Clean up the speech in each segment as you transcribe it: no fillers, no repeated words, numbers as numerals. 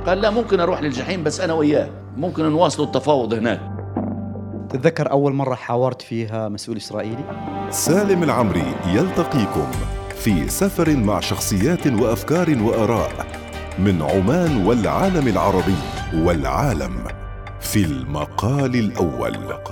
قال لا، ممكن أروح للجحيم بس أنا وياه، ممكن نواصل التفاوض هناك. تتذكر أول مرة حاورت فيها مسؤول إسرائيلي؟ سالم العمري يلتقيكم في سفر مع شخصيات وأفكار وآراء من عمان والعالم العربي والعالم في المقال الأول.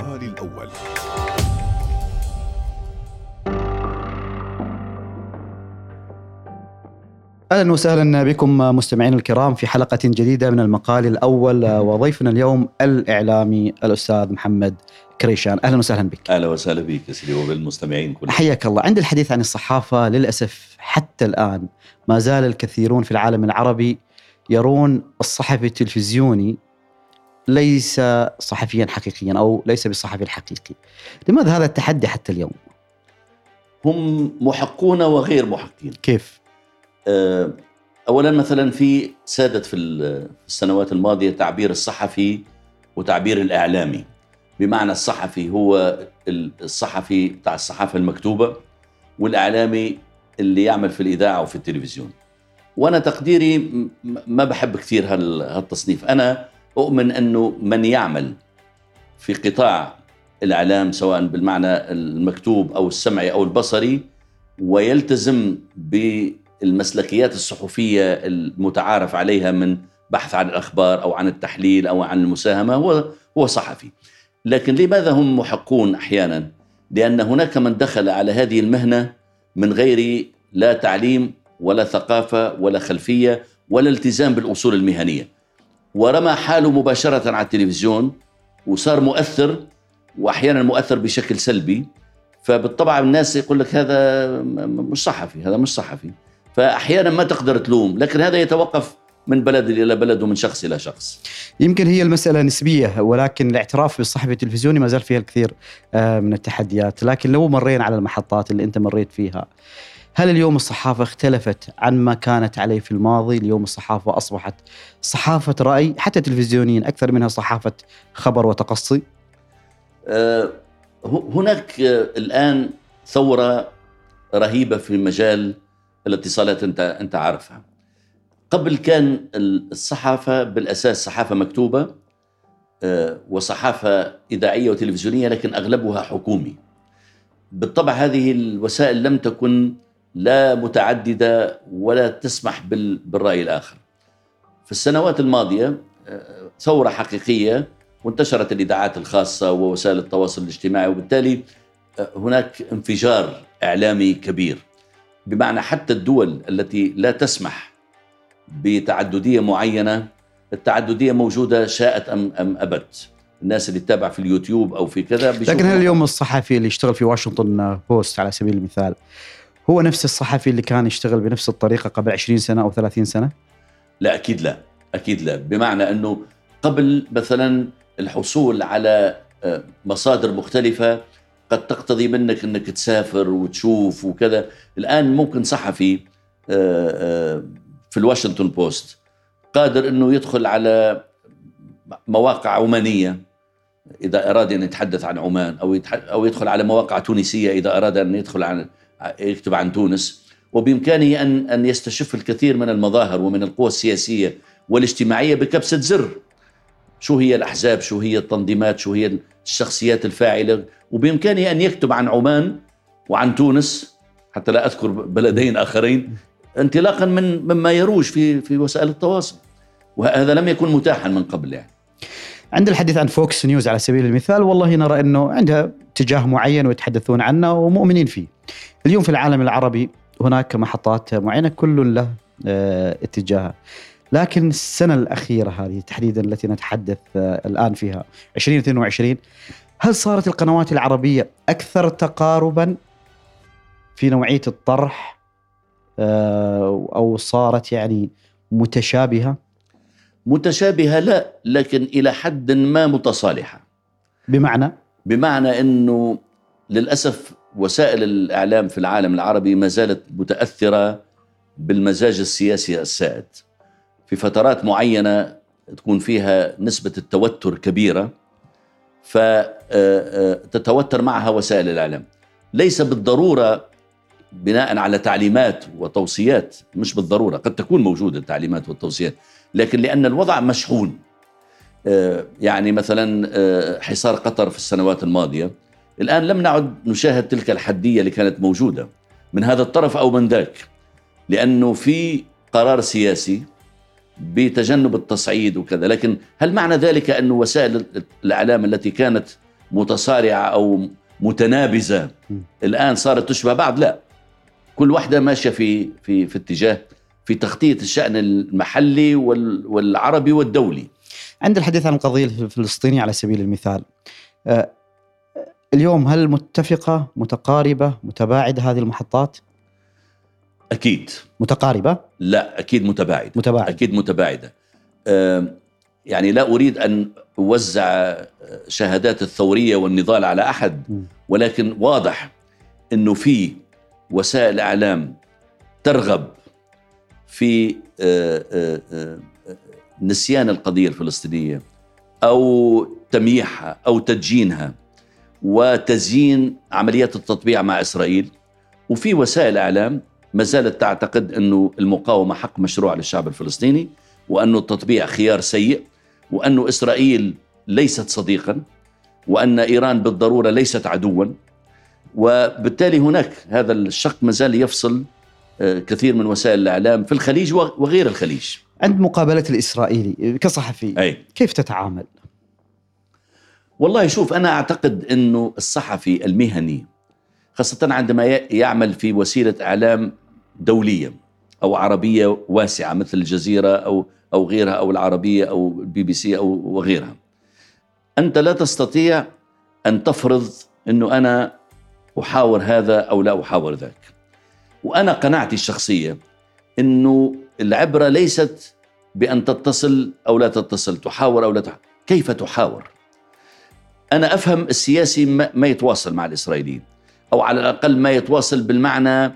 أهلا وسهلا بكم مستمعين الكرام في حلقة جديدة من المقال الأول، وضيفنا اليوم الإعلامي الأستاذ محمد كريشان. أهلا وسهلا بك. أهلا وسهلا بك سيدي وبالمستمعين كلهم. حياك الله. عند الحديث عن الصحافة للأسف حتى الآن ما زال الكثيرون في العالم العربي يرون الصحفي التلفزيوني ليس صحفيا حقيقيا أو ليس بالصحفي الحقيقي. لماذا هذا التحدي حتى اليوم؟ هم محقون وغير محقين. كيف؟ أولا مثلا في سادت في السنوات الماضية تعبير الصحفي وتعبير الإعلامي، بمعنى الصحفي هو الصحفي بتاع الصحافة المكتوبة، والإعلامي اللي يعمل في الإذاعة وفي التلفزيون. وأنا تقديري ما بحب كثير هالتصنيف. أنا أؤمن أنه من يعمل في قطاع الإعلام سواء بالمعنى المكتوب أو السمعي أو البصري ويلتزم بالمسلكيات الصحفية المتعارف عليها من بحث عن الأخبار أو عن التحليل أو عن المساهمة هو صحفي. لكن لماذا هم محقون أحيانا؟ لأن هناك من دخل على هذه المهنة من غير لا تعليم ولا ثقافة ولا خلفية ولا التزام بالأصول المهنية، ورمى حاله مباشرة على التلفزيون وصار مؤثر، وأحيانا مؤثر بشكل سلبي. فبالطبع الناس يقول لك هذا مش صحفي، هذا مش صحفي. فأحيانا ما تقدر تلوم، لكن هذا يتوقف من بلد إلى بلد ومن شخص إلى شخص. يمكن هي المسألة نسبية، ولكن الاعتراف بالصحفي التلفزيوني ما زال فيها الكثير من التحديات. لكن لو مرينا على المحطات اللي أنت مريت فيها، هل اليوم الصحافة اختلفت عن ما كانت عليه في الماضي؟ اليوم الصحافة أصبحت صحافة رأي حتى تلفزيونيا أكثر منها صحافة خبر وتقصي. هناك الآن ثورة رهيبة في مجال الاتصالات، أنت عارفها. قبل كان الصحافة بالأساس صحافة مكتوبة وصحافة إذاعية وتلفزيونية، لكن أغلبها حكومي. بالطبع هذه الوسائل لم تكن لا متعددة ولا تسمح بالرأي الآخر. في السنوات الماضية ثورة حقيقية، وانتشرت الإذاعات الخاصة ووسائل التواصل الاجتماعي، وبالتالي هناك انفجار إعلامي كبير، بمعنى حتى الدول التي لا تسمح بتعددية معينة، التعددية موجودة شاءت أم أبت. الناس اللي تتابع في اليوتيوب أو في كذا. لكن هل اليوم الصحفي اللي يشتغل في واشنطن بوست على سبيل المثال هو نفس الصحفي اللي كان يشتغل بنفس الطريقة قبل 20 سنة أو 30 سنة؟ لا، أكيد لا، أكيد لا. بمعنى أنه قبل مثلا الحصول على مصادر مختلفة قد تقتضي منك أنك تسافر وتشوف وكذا. الآن ممكن صحفي في الواشنطن بوست قادر أنه يدخل على مواقع عمانية إذا أراد أن يتحدث عن عمان، أو يدخل على مواقع تونسية إذا أراد أن يكتب عن تونس، وبإمكانه أن يستشف الكثير من المظاهر ومن القوى السياسية والاجتماعية بكبسة زر. شو هي الأحزاب، شو هي التنظيمات، شو هي الشخصيات الفاعلة، وبإمكانه أن يكتب عن عمان وعن تونس، حتى لا أذكر بلدين آخرين، انطلاقا مما يروج في وسائل التواصل. وهذا لم يكن متاحا من قبل. يعني عند الحديث عن فوكس نيوز على سبيل المثال، والله نرى أنه عندها اتجاه معين ويتحدثون عنه ومؤمنين فيه. اليوم في العالم العربي هناك محطات معينة كل له اتجاه، لكن السنة الأخيرة هذه تحديدا التي نتحدث الآن فيها 2022، هل صارت القنوات العربية أكثر تقاربا في نوعية الطرح أو صارت يعني متشابهة؟ متشابهة لا، لكن إلى حد ما متصالحة. بمعنى أنه للأسف وسائل الإعلام في العالم العربي ما زالت متأثرة بالمزاج السياسي السائد. في فترات معينة تكون فيها نسبة التوتر كبيرة، فتتوتر معها وسائل الإعلام. ليس بالضرورة بناء على تعليمات وتوصيات، مش بالضرورة، قد تكون موجودة التعليمات والتوصيات، لكن لأن الوضع مشحون. يعني مثلا حصار قطر في السنوات الماضية، الآن لم نعد نشاهد تلك الحدية اللي كانت موجودة من هذا الطرف أو من ذاك، لأنه في قرار سياسي بتجنب التصعيد وكذا. لكن هل معنى ذلك أن وسائل الإعلام التي كانت متصارعة أو متنابزة الآن صارت تشبه بعض؟ لا، كل واحدة ماشية في اتجاه، في تغطية الشأن المحلي والعربي والدولي. عند الحديث عن القضية الفلسطينية على سبيل المثال، اليوم هل متفقة، متقاربة، متباعدة هذه المحطات؟ أكيد متقاربة؟ لا، أكيد متباعدة. أكيد متباعدة. يعني لا أريد أن أوزع شهادات الثورية والنضال على أحد، ولكن واضح أنه في وسائل إعلام ترغب في نسيان القضية الفلسطينية أو تمييحها أو تدجينها وتزيين عمليات التطبيع مع إسرائيل، وفي وسائل إعلام ما زالت تعتقد أنه المقاومة حق مشروع للشعب الفلسطيني، وأنه التطبيع خيار سيء، وأنه إسرائيل ليست صديقا، وأن إيران بالضرورة ليست عدوا. وبالتالي هناك هذا الشق ما زال يفصل كثير من وسائل الإعلام في الخليج وغير الخليج. عند مقابلة الإسرائيلي كصحفي كيف تتعامل؟ والله شوف، أنا أعتقد أنه الصحفي المهني خاصة عندما يعمل في وسيلة إعلام دولية أو عربية واسعة مثل الجزيرة أو غيرها أو العربية أو BBC أو وغيرها، أنت لا تستطيع أن تفرض أنه أنا أحاور هذا أو لا أحاور ذاك. وأنا قناعتي الشخصية أنه العبرة ليست بأن تتصل أو لا تتصل، تحاور أو لا تحاور، كيف تحاور. أنا أفهم السياسي ما يتواصل مع الإسرائيليين، أو على الأقل ما يتواصل بالمعنى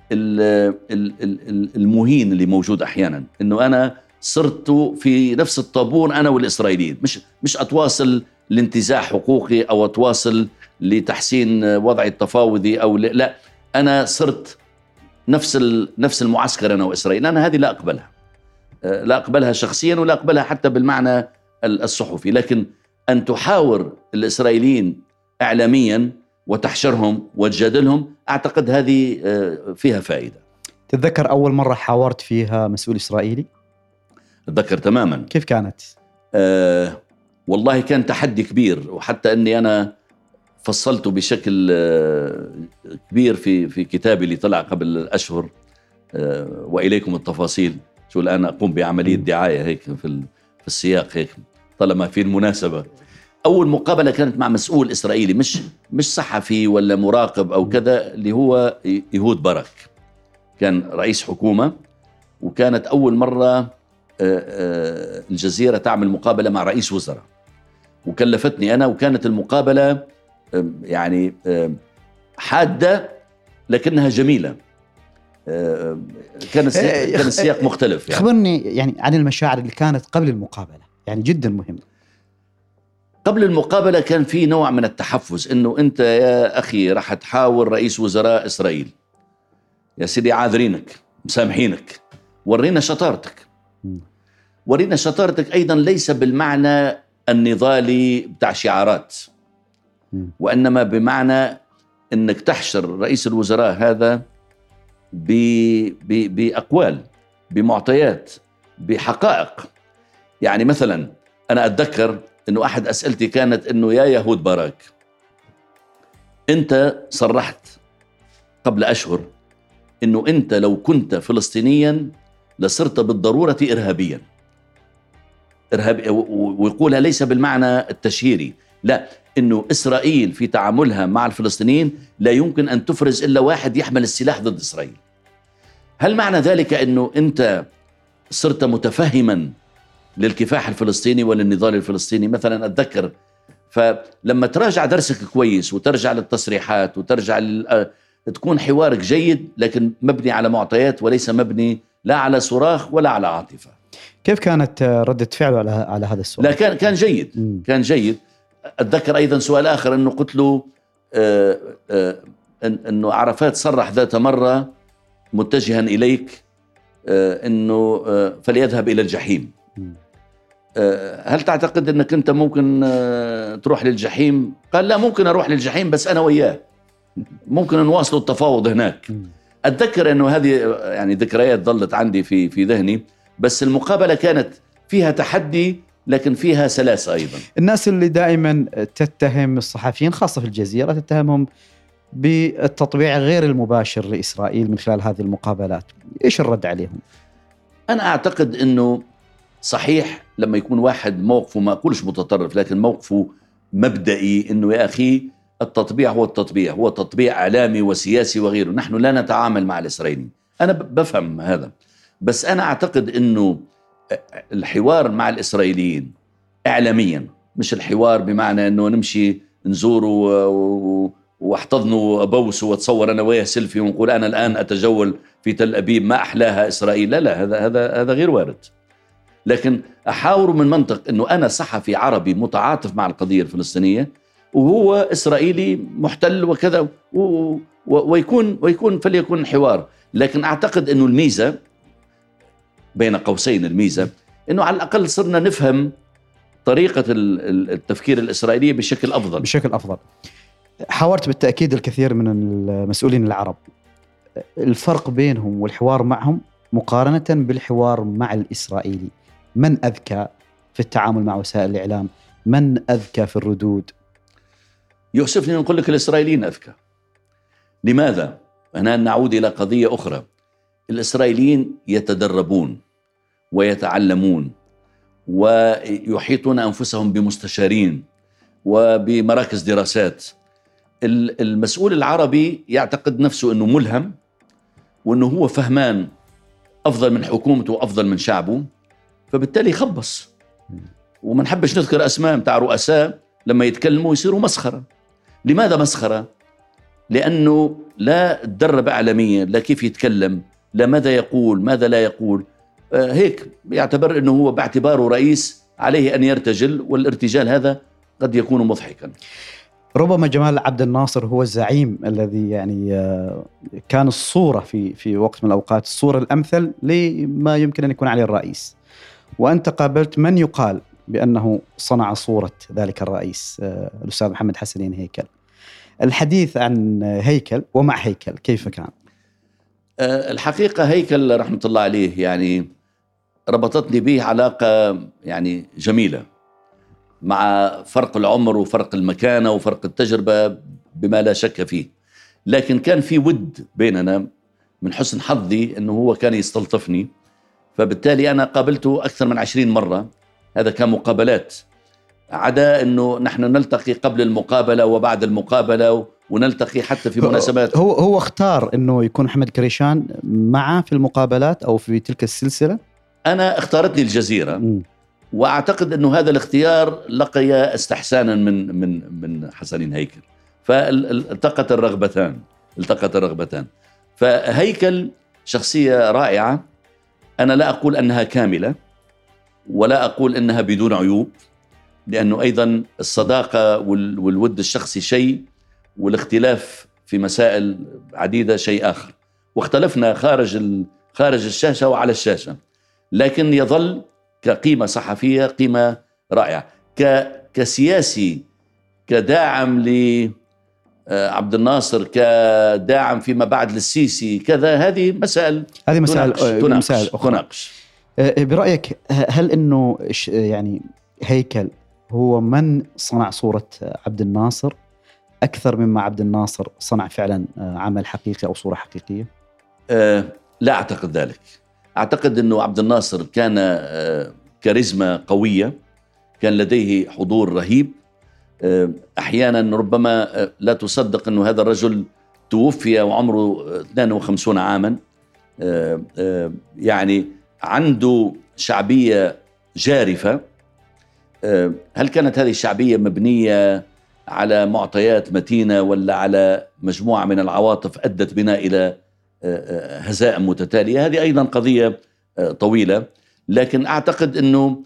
المهين اللي موجود أحيانا، أنه أنا صرت في نفس الطابور أنا والإسرائيليين، مش أتواصل لانتزاع حقوقي أو أتواصل لتحسين وضعي التفاوضي أو لا، أنا صرت نفس المعسكر أنا وإسرائيل. أنا هذه لا أقبلها شخصيا، ولا أقبلها حتى بالمعنى الصحفي. لكن أن تحاور الإسرائيليين إعلاميا وتحشرهم وتجادلهم، أعتقد هذه فيها فائدة. تتذكر أول مرة حاورت فيها مسؤول إسرائيلي؟ أتذكر تماما. كيف كانت؟ والله كان تحدي كبير، وحتى أني أنا فصلته بشكل كبير في كتابي اللي طلع قبل أشهر، وإليكم التفاصيل. شو الآن أقوم بعملية دعاية هيك في السياق هيك طالما في المناسبة. أول مقابلة كانت مع مسؤول إسرائيلي، مش صحفي ولا مراقب أو كذا، اللي هو يهود برك، كان رئيس حكومة. وكانت أول مرة الجزيرة تعمل مقابلة مع رئيس وزراء، وكلفتني أنا، وكانت المقابلة يعني حادة لكنها جميلة. كان السياق مختلف يعني. خبرني يعني عن المشاعر اللي كانت قبل المقابلة، يعني جدا مهم. قبل المقابلة كان في نوع من التحفز، إنه أنت يا أخي راح تحاور رئيس وزراء إسرائيل، يا سيدي عاذرينك مسامحينك، ورينا شطارتك. ورينا شطارتك أيضا ليس بالمعنى النضالي بتاع شعارات، وإنما بمعنى أنك تحشر رئيس الوزراء هذا بأقوال، بمعطيات، بحقائق. يعني مثلا أنا أتذكر أنه أحد أسئلتي كانت أنه يا يهود باراك، أنت صرحت قبل أشهر أنه أنت لو كنت فلسطينيا لصرت بالضرورة إرهابيا. ويقولها ليس بالمعنى التشهيري، لا، إنه إسرائيل في تعاملها مع الفلسطينيين لا يمكن أن تفرز إلا واحد يحمل السلاح ضد إسرائيل. هل معنى ذلك أنه أنت صرت متفهما للكفاح الفلسطيني وللنضال الفلسطيني؟ مثلا أتذكر، فلما تراجع درسك كويس وترجع للتصريحات وترجع تكون حوارك جيد، لكن مبني على معطيات وليس مبني لا على صراخ ولا على عاطفة. كيف كانت ردة فعله على هذا السؤال؟ لا، كان جيد. كان جيد. أتذكر أيضا سؤال آخر، أنه قلت له أنه عرفات صرح ذات مرة متجها إليك أنه فليذهب إلى الجحيم. هل تعتقد أنك أنت ممكن تروح للجحيم؟ قال لا، ممكن أروح للجحيم بس أنا وياه، ممكن نواصل التفاوض هناك. أتذكر أنه هذه يعني ذكريات ظلت عندي في ذهني، بس المقابلة كانت فيها تحدي لكن فيها سلاسة أيضا. الناس اللي دائما تتهم الصحفيين خاصة في الجزيرة تتهمهم بالتطبيع غير المباشر لإسرائيل من خلال هذه المقابلات، إيش الرد عليهم؟ أنا أعتقد أنه صحيح لما يكون واحد موقفه، ما أقولش متطرف، لكن موقفه مبدئي أنه يا أخي التطبيع هو التطبيع، هو تطبيع إعلامي وسياسي وغيره، نحن لا نتعامل مع الإسرائيليين. أنا بفهم هذا، بس أنا أعتقد أنه الحوار مع الإسرائيليين إعلاميا، مش الحوار بمعنى أنه نمشي نزور واحتضنه وأبوسه واتصور أنا وياه سيلفي ونقول أنا الآن أتجول في تل أبيب ما أحلاها إسرائيل. لا لا، هذا غير وارد. لكن أحاور من منطق أنه أنا صحفي عربي متعاطف مع القضية الفلسطينية وهو إسرائيلي محتل وكذا، ويكون فليكون حوار. لكن أعتقد أنه الميزة بين قوسين، الميزة أنه على الأقل صرنا نفهم طريقة التفكير الإسرائيلية بشكل أفضل. حاورت بالتأكيد الكثير من المسؤولين العرب، الفرق بينهم والحوار معهم مقارنة بالحوار مع الإسرائيلي، من أذكى في التعامل مع وسائل الإعلام؟ من أذكى في الردود؟ يؤسفني نقول لك الإسرائيليين أذكى. لماذا؟ هنا نعود إلى قضية أخرى. الإسرائيليين يتدربون ويتعلمون ويحيطون أنفسهم بمستشارين وبمراكز دراسات. المسؤول العربي يعتقد نفسه أنه ملهم وأنه هو فهمان أفضل من حكومته وأفضل من شعبه، فبالتالي يخبص. وما نحبش نذكر أسماء متاع رؤساء لما يتكلموا يصيروا مسخرة. لماذا مسخرة؟ لأنه لا تدرب إعلاميا، لا كيف يتكلم، لا ماذا يقول ماذا لا يقول. هيك يعتبر أنه هو باعتباره رئيس عليه أن يرتجل، والارتجال هذا قد يكون مضحكا. ربما جمال عبد الناصر هو الزعيم الذي يعني كان الصورة في وقت من الأوقات، الصورة الأمثل لما يمكن أن يكون عليه الرئيس، وأنت قابلت من يقال بأنه صنع صورة ذلك الرئيس، الأستاذ محمد حسنين هيكل. الحديث عن هيكل ومع هيكل كيف كان؟ الحقيقة هيكل رحمة الله عليه يعني ربطتني به علاقة يعني جميلة، مع فرق العمر وفرق المكانة وفرق التجربة بما لا شك فيه، لكن كان في ود بيننا. من حسن حظي أنه هو كان يستلطفني، فبالتالي أنا قابلته أكثر من 20 مرة. هذا كان مقابلات، عدا أنه نحن نلتقي قبل المقابلة وبعد المقابلة، ونلتقي حتى في مناسبات. هو اختار أنه يكون محمد كريشان معه في المقابلات أو في تلك السلسلة. أنا اختارتني الجزيرة وأعتقد أنه هذا الاختيار لقي استحسانا من حسنين هيكل، فالتقت الرغبتان. فهيكل شخصية رائعة. أنا لا أقول أنها كاملة ولا أقول أنها بدون عيوب، لأنه أيضا الصداقة والود الشخصي شيء، والاختلاف في مسائل عديدة شيء آخر. واختلفنا خارج الشاشة وعلى الشاشة، لكن يظل كقيمة صحفية قيمة رائعة. كسياسي، كداعم لعبد الناصر، كداعم فيما بعد للسيسي كذا، هذه مسائل تناقش. برأيك هل أنه يعني هيكل هو من صنع صورة عبد الناصر أكثر مما عبد الناصر صنع فعلا عمل حقيقي أو صورة حقيقية؟ لا أعتقد ذلك. أعتقد أنه عبد الناصر كان كاريزما قوية، كان لديه حضور رهيب. أحيانا ربما لا تصدق أنه هذا الرجل توفي وعمره 52 عاما. يعني عنده شعبية جارفة. هل كانت هذه الشعبية مبنية على معطيات متينة ولا على مجموعة من العواطف أدت بنا إلى هزائم متتالية؟ هذه أيضا قضية طويلة. لكن أعتقد أنه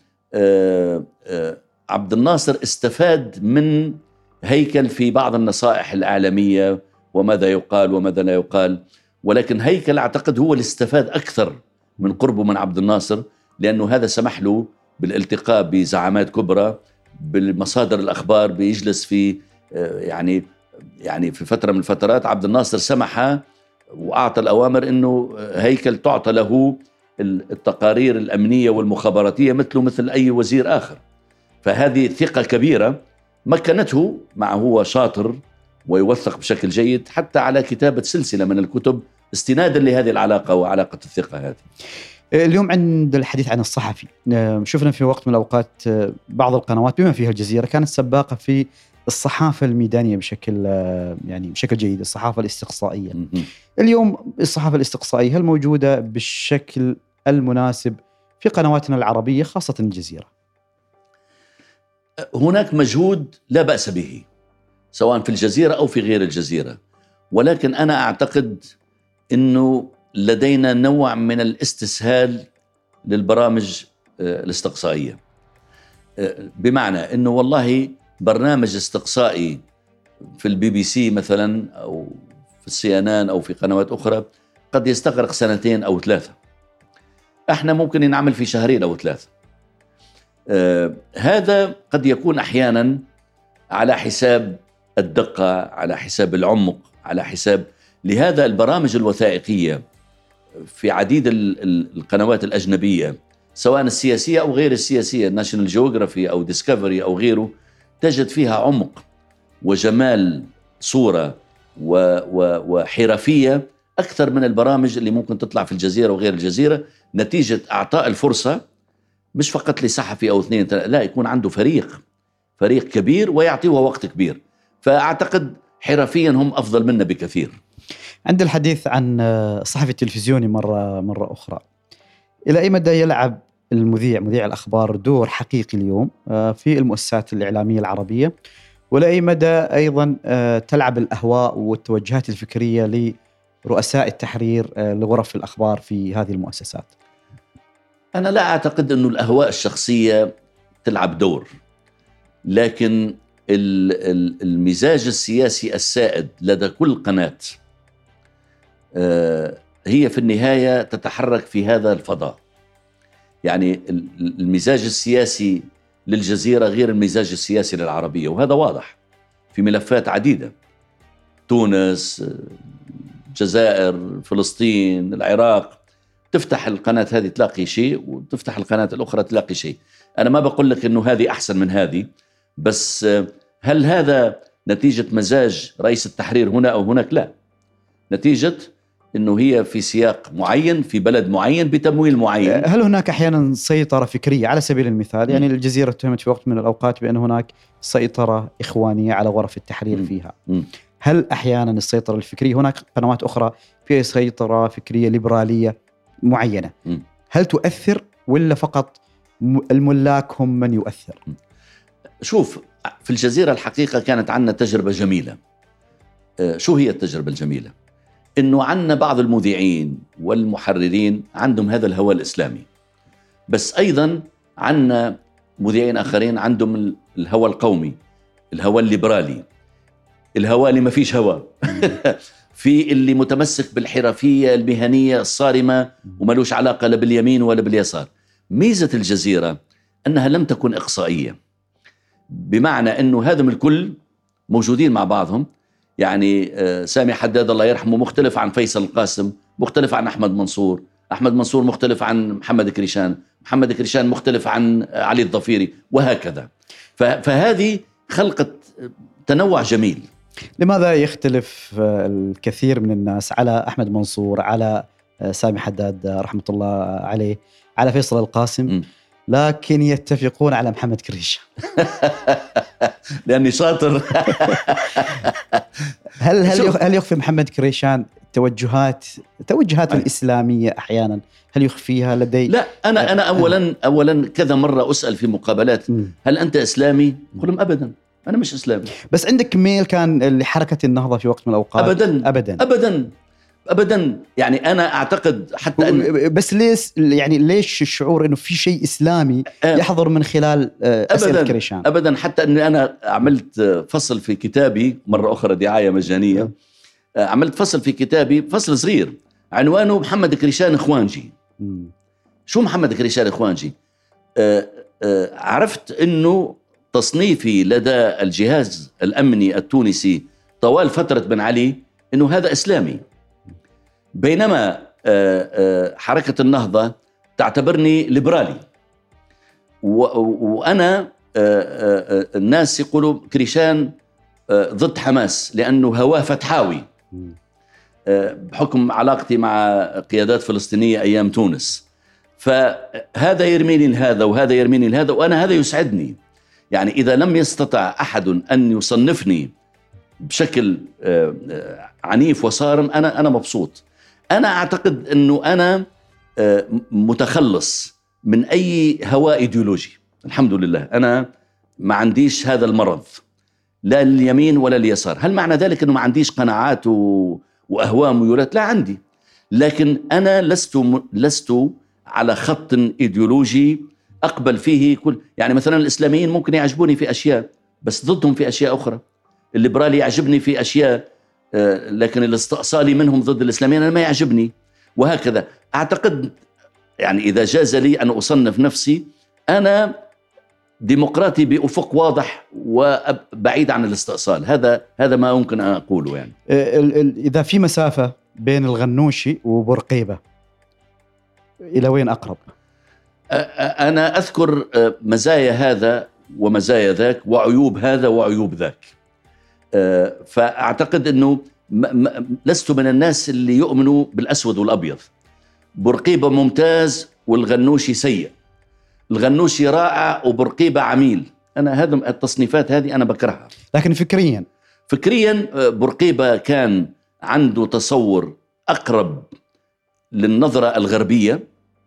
عبد الناصر استفاد من هيكل في بعض النصائح الإعلامية وماذا يقال وماذا لا يقال. ولكن هيكل أعتقد هو اللي استفاد أكثر من قربه من عبد الناصر، لأنه هذا سمح له بالالتقاء بزعامات كبرى، بالمصادر الأخبار، بيجلس في يعني في فترة من الفترات عبد الناصر سمح وأعطى الأوامر أنه هيكل تعطى له التقارير الأمنية والمخابراتية مثل أي وزير آخر. فهذه ثقة كبيرة مكنته، مع هو شاطر ويوثق بشكل جيد حتى على كتابة سلسلة من الكتب استنادا لهذه العلاقة وعلاقة الثقة هذه. اليوم عند الحديث عن الصحفي، شفنا في وقت من الأوقات بعض القنوات بما فيها الجزيرة كانت سباقة في الصحافة الميدانية بشكل جيد، الصحافة الاستقصائية. اليوم الصحافة الاستقصائية هل موجودة بالشكل المناسب في قنواتنا العربية خاصة الجزيرة؟ هناك مجهود لا بأس به سواء في الجزيرة أو في غير الجزيرة، ولكن أنا أعتقد أنه لدينا نوع من الاستسهال للبرامج الاستقصائية، بمعنى أنه والله برنامج استقصائي في الBBC مثلا أو في CNN أو في قنوات أخرى قد يستغرق 2 أو 3، احنا ممكن نعمل في 2 أو 3. هذا قد يكون أحيانا على حساب الدقة، على حساب العمق، على حساب. لهذا البرامج الوثائقية في عديد القنوات الأجنبية سواء السياسية أو غير السياسية، ناشونال جيوغرافي أو ديسكفري أو غيره، تجد فيها عمق وجمال صورة وحرفية أكثر من البرامج اللي ممكن تطلع في الجزيرة وغير الجزيرة، نتيجة أعطاء الفرصة مش فقط لصحفي أو 2، لا، يكون عنده فريق كبير ويعطيه وقت كبير. فأعتقد حرفيا هم أفضل منا بكثير. عند الحديث عن الصحفي التلفزيوني مرة أخرى، إلى أي مدى يلعب مذيع الأخبار دور حقيقي اليوم في المؤسسات الإعلامية العربية، ولا أي مدى أيضا تلعب الأهواء والتوجهات الفكرية لرؤساء التحرير لغرف الأخبار في هذه المؤسسات؟ أنا لا أعتقد أن الأهواء الشخصية تلعب دور، لكن المزاج السياسي السائد لدى كل قناة هي في النهاية تتحرك في هذا الفضاء. يعني المزاج السياسي للجزيرة غير المزاج السياسي للعربية، وهذا واضح في ملفات عديدة، تونس، الجزائر، فلسطين، العراق. تفتح القناة هذه تلاقي شيء وتفتح القناة الأخرى تلاقي شيء. أنا ما بقول لك أنه هذه أحسن من هذه، بس هل هذا نتيجة مزاج رئيس التحرير هنا أو هناك؟ لا، نتيجة أنه هي في سياق معين في بلد معين بتمويل معين. هل هناك أحيانا سيطرة فكرية على سبيل المثال؟ يعني الجزيرة اتهمت في وقت من الأوقات بأن هناك سيطرة إخوانية على غرف التحرير فيها. هل أحيانا السيطرة الفكرية، هناك قنوات أخرى فيها سيطرة فكرية ليبرالية معينة، هل تؤثر ولا فقط الملاك هم من يؤثر؟ شوف، في الجزيرة الحقيقة كانت عنا تجربة جميلة. شو هي التجربة الجميلة؟ إنه عنا بعض المذيعين والمحررين عندهم هذا الهوى الإسلامي، بس أيضا عنا مذيعين آخرين عندهم الهوى القومي، الهوى الليبرالي، الهوى اللي ما فيش هوى في اللي متمسك بالحرفية المهنية الصارمة وملوش علاقة لا باليمين ولا باليسار. ميزة الجزيرة أنها لم تكن إقصائية، بمعنى أنه هذم الكل موجودين مع بعضهم. يعني سامي حداد الله يرحمه مختلف عن فيصل القاسم، مختلف عن أحمد منصور، أحمد منصور مختلف عن محمد كريشان، محمد كريشان مختلف عن علي الظفيري، وهكذا. فهذه خلقت تنوع جميل. لماذا يختلف الكثير من الناس على أحمد منصور، على سامي حداد رحمة الله عليه، على فيصل القاسم، لكن يتفقون على محمد كريشان؟ لأني شاطر. هل يخفي محمد كريشان توجهات الإسلامية أحيانا؟ هل يخفيها لدي؟ لا، أنا أولا كذا مرة أسأل في مقابلات هل أنت إسلامي؟ أقول لهم أبدا، أنا مش إسلامي. بس عندك ميل كان لحركة النهضة في وقت من الأوقات؟ أبدا أبدا أبدا أبدا. يعني أنا أعتقد حتى بس ليش الشعور إنه في شيء إسلامي يحضر من خلال أسئلة كريشان؟ أبدا. حتى أني أنا عملت فصل في كتابي مرة أخرى، دعاية مجانية، عملت فصل في كتابي، فصل صغير عنوانه محمد كريشان إخوانجي. شو محمد كريشان إخوانجي؟ عرفت أنه تصنيفي لدى الجهاز الأمني التونسي طوال فترة بن علي أنه هذا إسلامي، بينما حركة النهضة تعتبرني ليبرالي، وأنا الناس يقولوا كريشان ضد حماس لأنه هواه فتحاوي بحكم علاقتي مع قيادات فلسطينية أيام تونس. فهذا يرميني لهذا وهذا يرميني لهذا، وأنا هذا يسعدني. يعني إذا لم يستطع أحد أن يصنفني بشكل عنيف وصارم أنا مبسوط. أنا أعتقد أنه أنا متخلص من أي هواء إيديولوجي، الحمد لله. أنا ما عنديش هذا المرض، لا اليمين ولا اليسار. هل معنى ذلك أنه ما عنديش قناعات وأهواء ميولات؟ لا عندي، لكن أنا لست على خط إيديولوجي أقبل فيه كل. يعني مثلا الإسلاميين ممكن يعجبوني في أشياء بس ضدهم في أشياء أخرى. الليبرالي يعجبني في أشياء لكن الاستئصالي منهم ضد الإسلاميين أنا ما يعجبني، وهكذا. أعتقد يعني إذا جاز لي أن أصنف نفسي أنا ديمقراطي بأفق واضح وبعيد عن الاستئصال. هذا ما ممكن أن أقوله. يعني إذا في مسافة بين الغنوشي وبورقيبة إلى وين أقرب؟ أنا أذكر مزايا هذا ومزايا ذاك وعيوب هذا وعيوب ذاك. فأعتقد أنه لست من الناس اللي يؤمنوا بالأسود والأبيض. بورقيبة ممتاز والغنوشي سيء، الغنوشي رائع وبورقيبة عميل. أنا هذا التصنيفات هذه أنا بكرهها. لكن فكريا بورقيبة كان عنده تصور أقرب للنظرة الغربية،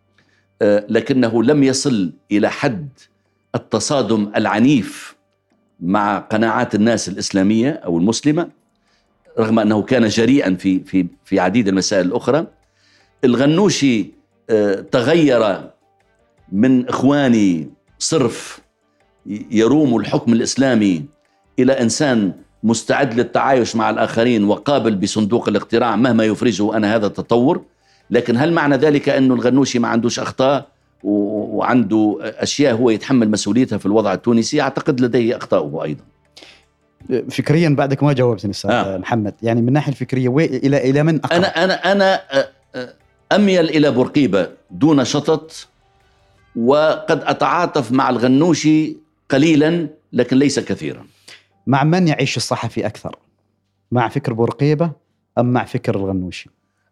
لكنه لم يصل إلى حد التصادم العنيف مع قناعات الناس الإسلامية أو المسلمة، رغم أنه كان جريئا في عديد المسائل الأخرى. الغنوشي تغير من إخواني صرف يروم الحكم الإسلامي إلى إنسان مستعد للتعايش مع الآخرين وقابل بصندوق الاقتراع مهما يفرجه. أنا هذا التطور. لكن هل معنى ذلك أنه الغنوشي ما عندوش أخطاء وعنده أشياء هو يتحمل مسؤوليتها في الوضع التونسي؟ أعتقد لديه أخطاءه أيضا. فكريا بعدك ما جاوبتني أستاذ محمد. يعني من الناحية الفكرية إلى من أقرب؟ أنا أميل إلى بورقيبة دون شطط، وقد أتعاطف مع الغنوشي قليلا لكن ليس كثيرا. مع من يعيش الصحفي أكثر؟ مع فكر بورقيبة أم مع فكر الغنوشي؟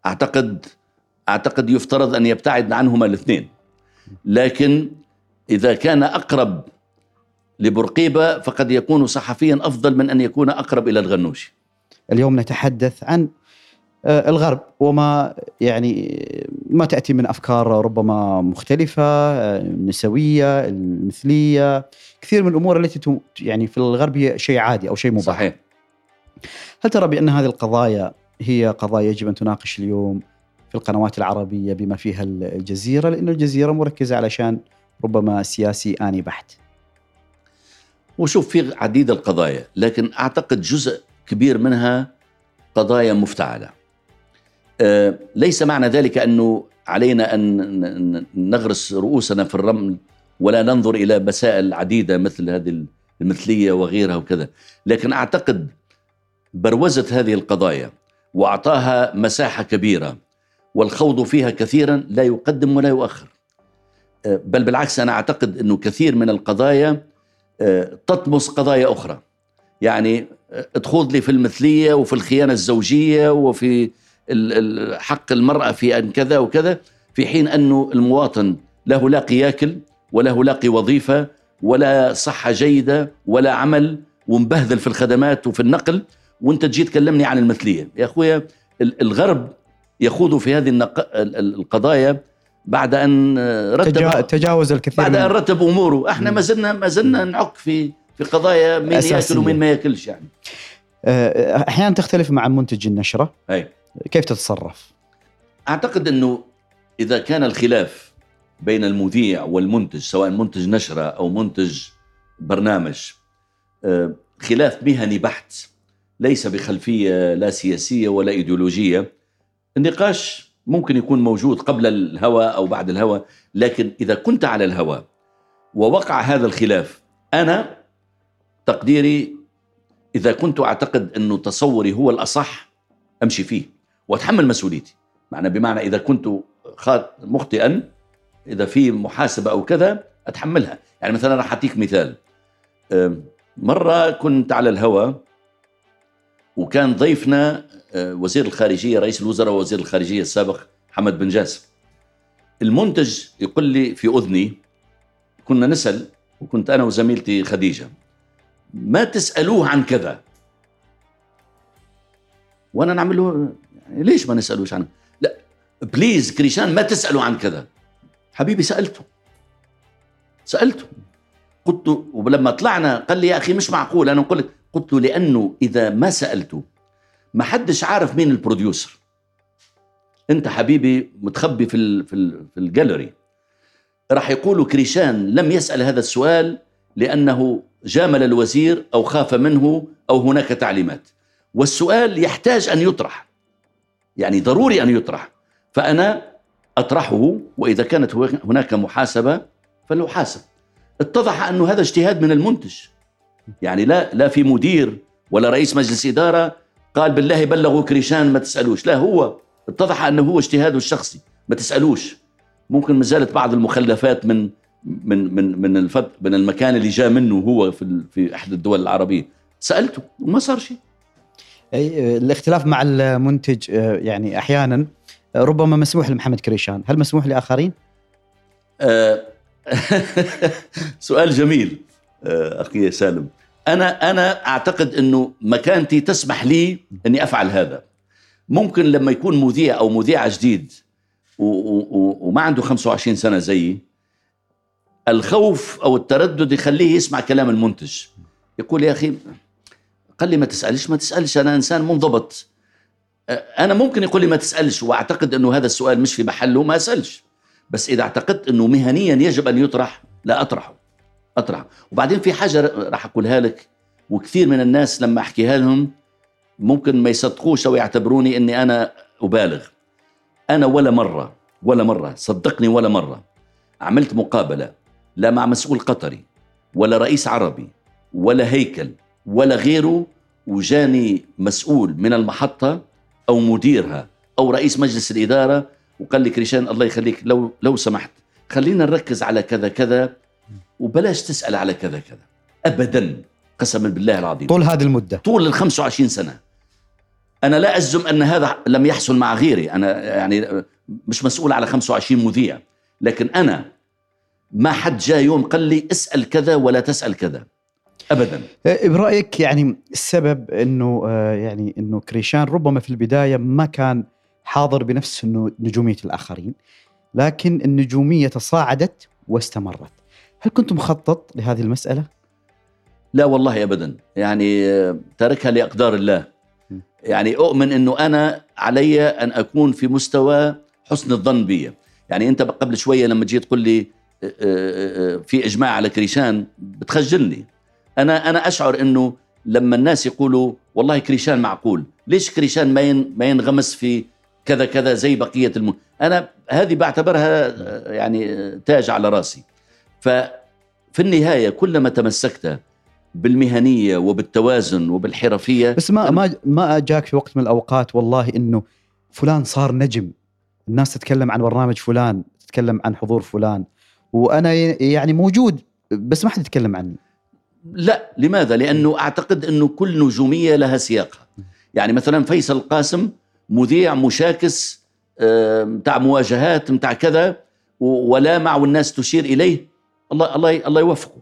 أعتقد يفترض أن يبتعد عنهما الاثنين، لكن إذا كان أقرب لبورقيبة فقد يكون صحفيا أفضل من أن يكون أقرب إلى الغنوشي. اليوم نتحدث عن الغرب وما يعني ما تأتي من أفكار ربما مختلفة، النسوية، المثلية، كثير من الأمور التي يعني في الغرب هي شيء عادي أو شيء مباح. صحيح. هل ترى بأن هذه القضايا هي قضايا يجب أن تناقش اليوم في القنوات العربية بما فيها الجزيرة، لأن الجزيرة مركزة علشان ربما سياسي آني بحت؟ وشوف في عديد القضايا، لكن أعتقد جزء كبير منها قضايا مفتعلة. ليس معنى ذلك أنه علينا أن نغرس رؤوسنا في الرمل ولا ننظر إلى مسائل عديدة مثل هذه المثلية وغيرها وكذا، لكن أعتقد بروزت هذه القضايا وأعطاها مساحة كبيرة والخوض فيها كثيرا لا يقدم ولا يؤخر، بل بالعكس أنا أعتقد أنه كثير من القضايا تطمس قضايا أخرى. يعني تخوض لي في المثلية وفي الخيانة الزوجية وفي حق المرأة في أن كذا وكذا، في حين أنه المواطن له لاقي ياكل وله لاقي وظيفة ولا صحة جيدة ولا عمل ومبهذل في الخدمات وفي النقل، وانت تجي تكلمني عن المثلية. يا أخويا الغرب يخوض في هذه القضايا بعد أن تجاوز الكثير، بعد أن رتب أموره. احنا ما زلنا نعك في قضايا مين يأكل ومين ما يأكلش. يعني أحيانا تختلف مع منتج النشرة، كيف تتصرف؟ أعتقد أنه إذا كان الخلاف بين المذيع والمنتج، سواء منتج نشرة أو منتج برنامج، خلاف مهني بحت ليس بخلفية لا سياسية ولا إيديولوجية. النقاش ممكن يكون موجود قبل الهوى أو بعد الهوى، لكن إذا كنت على الهوى ووقع هذا الخلاف، أنا تقديري إذا كنت أعتقد أنه تصوري هو الأصح أمشي فيه وأتحمل مسؤوليتي. بمعنى إذا كنت مخطئا، إذا في محاسبة أو كذا أتحملها. يعني مثلا راح أعطيك مثال. مرة كنت على الهوى وكان ضيفنا وزير الخارجية، رئيس الوزراء ووزير الخارجية السابق حمد بن جاسم. المنتج يقول لي في أذني، كنا نسأل وكنت أنا وزميلتي خديجة، ما تسألوه عن كذا. وأنا نعمل له يعني ليش ما نسألوش عنه؟ لا بليز كريشان ما تسألوا عن كذا. حبيبي سألته قلت له، ولما طلعنا قال لي يا أخي مش معقول. أنا قلت له لأنه إذا ما سألته ما حدش عارف مين البروديوسر. أنت حبيبي متخبي في الجاليري. راح يقولوا كريشان لم يسأل هذا السؤال لأنه جامل الوزير أو خاف منه أو هناك تعليمات، والسؤال يحتاج أن يطرح، يعني ضروري أن يطرح. فأنا أطرحه، وإذا كانت هناك محاسبة فليحاسب. اتضح أنه هذا اجتهاد من المنتج، يعني لا في مدير ولا رئيس مجلس إدارة قال بالله بلغوا كريشان ما تسألوش. لا، هو اتضح أنه هو اجتهاده الشخصي، ما تسألوش. ممكن مازالت بعض المخلفات من المكان اللي جاء منه هو في أحد الدول العربية. سألته وما صار شيء. الاختلاف مع المنتج يعني أحيانا ربما مسموح لمحمد كريشان، هل مسموح لآخرين؟ سؤال جميل أخي سالم. أنا أعتقد أنه مكانتي تسمح لي أني أفعل هذا. ممكن لما يكون مذيع أو مذيعة جديد وما عنده 25 سنة زيي، الخوف أو التردد يخليه يسمع كلام المنتج، يقول يا أخي قال لي ما تسألش، أنا إنسان منضبط. أنا ممكن يقول لي ما تسألش وأعتقد أنه هذا السؤال مش في محله ما أسألش، بس إذا اعتقدت أنه مهنيا يجب أن يطرح لا أطرحه. وبعدين في حاجة راح أقولها لك، وكثير من الناس لما أحكيها لهم ممكن ما يصدقوش أو يعتبروني أني أنا أبالغ. أنا ولا مرة صدقني ولا مرة عملت مقابلة لا مع مسؤول قطري ولا رئيس عربي ولا هيكل ولا غيره وجاني مسؤول من المحطة أو مديرها أو رئيس مجلس الإدارة وقال لي كريشان الله يخليك لو سمحت خلينا نركز على كذا كذا وبلاش تسأل على كذا كذا. أبدا، قسما بالله العظيم. طول هذه المدة، طول 25 سنة. أنا لا أجزم أن هذا لم يحصل مع غيري. أنا يعني مش مسؤول على 25 مذيع، لكن أنا ما حد جاء يوم قال لي اسأل كذا ولا تسأل كذا أبدا. برأيك يعني السبب إنه كريشان ربما في البداية ما كان حاضر بنفس نجومية الآخرين، لكن النجومية تصاعدت واستمرت. هل كنت مخطط لهذه المسألة؟ لا والله أبدا، يعني تركها لأقدار الله. يعني أؤمن أنه أنا علي أن أكون في مستوى حسن الظن بي. يعني أنت قبل شوية لما جيت تقول لي في إجماع على كريشان بتخجلني. أنا أشعر أنه لما الناس يقولوا والله كريشان معقول، ليش كريشان ما ينغمس في كذا كذا زي بقية أنا هذه بعتبرها يعني تاج على راسي. ففي النهاية كلما تمسكت بالمهنية وبالتوازن وبالحرفية. بس ما أجاك في وقت من الأوقات والله إنه فلان صار نجم، الناس تتكلم عن برنامج فلان، تتكلم عن حضور فلان، وأنا يعني موجود بس ما حد يتكلم عني؟ لا، لماذا؟ لأنه أعتقد أنه كل نجومية لها سياقها. يعني مثلا فيصل القاسم مذيع مشاكس متاع مواجهات متاع كذا ولا مع والناس تشير إليه، الله يوفقه.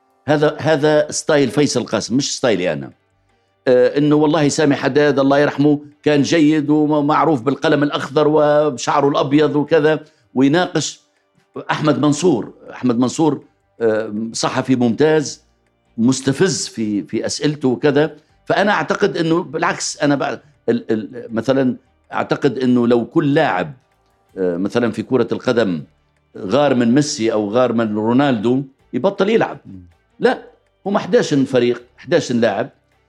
هذا ستايل فيصل القاسم، مش ستايلي أنا. إنه والله سامي حداد الله يرحمه كان جيد ومعروف بالقلم الأخضر وشعره الأبيض وكذا، ويناقش أحمد منصور صحفي ممتاز مستفز في أسئلته وكذا. فأنا أعتقد أنه بالعكس، أنا مثلا أعتقد أنه لو كل لاعب مثلا في كرة القدم غار من ميسي أو غار من رونالدو يبطل يلعب. لا، هم 11 فريق، 11 لاعب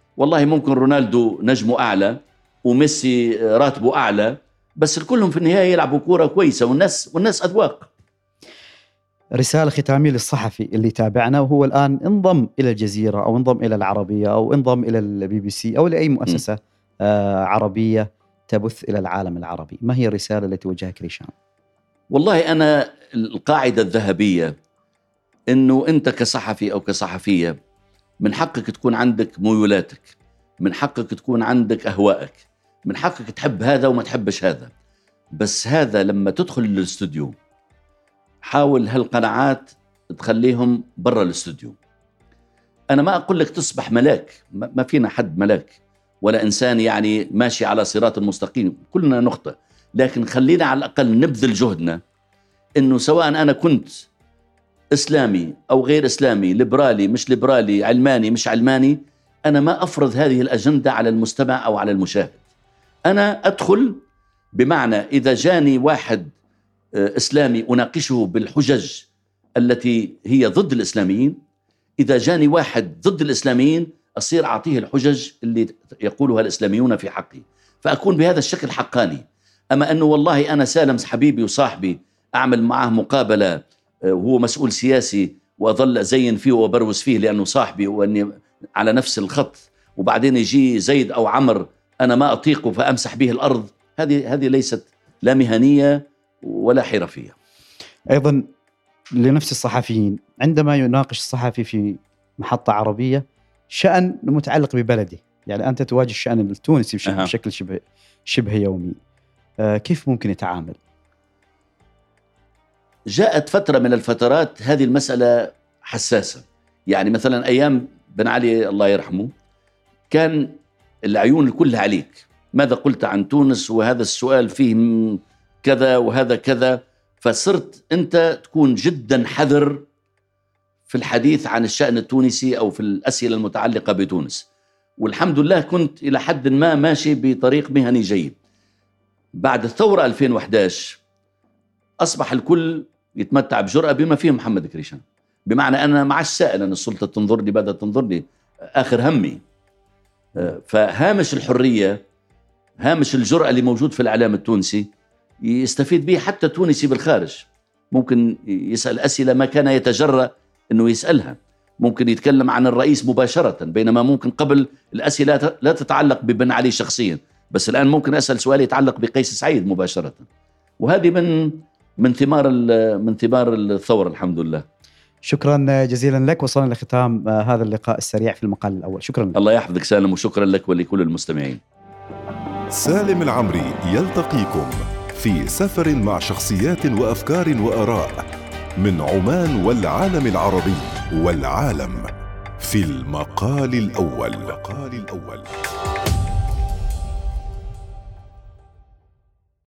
والله ممكن رونالدو نجمه أعلى وميسي راتبه أعلى، بس كلهم في النهاية يلعبوا كورة كويسة، والناس أذواق. رسالة ختامية للصحفي اللي تابعنا وهو الآن انضم إلى الجزيرة أو انضم إلى العربية أو انضم إلى الBBC أو لأي مؤسسة عربية تبث إلى العالم العربي، ما هي الرسالة التي وجهها كريشان؟ والله أنا القاعدة الذهبية إنه أنت كصحفي أو كصحفية من حقك تكون عندك ميولاتك، من حقك تكون عندك أهوائك، من حقك تحب هذا وما تحبش هذا، بس هذا لما تدخل الاستوديو حاول هالقناعات تخليهم برا الاستوديو. أنا ما أقول لك تصبح ملاك، ما فينا حد ملاك ولا إنسان يعني ماشي على صراط المستقيم، كلنا نخطئ، لكن خلينا على الأقل نبذل جهدنا إنه سواء أنا كنت إسلامي أو غير إسلامي، ليبرالي مش ليبرالي، علماني مش علماني، أنا ما أفرض هذه الأجندة على المستمع أو على المشاهد. أنا أدخل بمعنى إذا جاني واحد إسلامي أناقشه بالحجج التي هي ضد الإسلاميين، إذا جاني واحد ضد الإسلاميين أصير أعطيه الحجج اللي يقولها الإسلاميون في حقي، فأكون بهذا الشكل حقاني. أما أنه والله أنا سالم حبيبي وصاحبي أعمل معه مقابلة وهو مسؤول سياسي وأظل أزين فيه وبروز فيه لأنه صاحبي وأني على نفس الخط، وبعدين يجي زيد أو عمر أنا ما أطيقه فأمسح به الأرض، هذه ليست لا مهنية ولا حرفية. أيضا لنفس الصحفيين عندما يناقش الصحفي في محطة عربية شأن متعلق ببلده، يعني أنت تواجه الشأن التونسي بشكل شبه يومي، كيف ممكن يتعامل؟ جاءت فترة من الفترات هذه المسألة حساسة، يعني مثلا أيام بن علي الله يرحمه كان العيون كلها عليك، ماذا قلت عن تونس وهذا السؤال فيه كذا وهذا كذا، فصرت أنت تكون جدا حذر في الحديث عن الشأن التونسي أو في الأسئلة المتعلقة بتونس. والحمد لله كنت إلى حد ما ماشي بطريق مهني جيد. بعد الثورة 2011 أصبح الكل يتمتع بجرأة بما فيه محمد كريشان، بمعنى أنا معش سائل أن السلطة تنظر لي بدأت تنظر لي آخر همي. فهامش الحرية، هامش الجرأة اللي موجود في الإعلام التونسي يستفيد به حتى تونسي بالخارج، ممكن يسأل أسئلة ما كان يتجرأ أنه يسألها، ممكن يتكلم عن الرئيس مباشرة، بينما ممكن قبل الأسئلة لا تتعلق ببن علي شخصيا، بس الآن ممكن أسأل سؤال يتعلق بقيس سعيد مباشرة. وهذه من ثمار الثورة الحمد لله. شكرا جزيلا لك، وصلنا لختام هذا اللقاء السريع في المقال الأول. شكرا لك. الله يحفظك سالم، وشكرا لك ولكل المستمعين. سالم العمري يلتقيكم في سفر مع شخصيات وأفكار وآراء من عمان والعالم العربي والعالم في المقال الأول.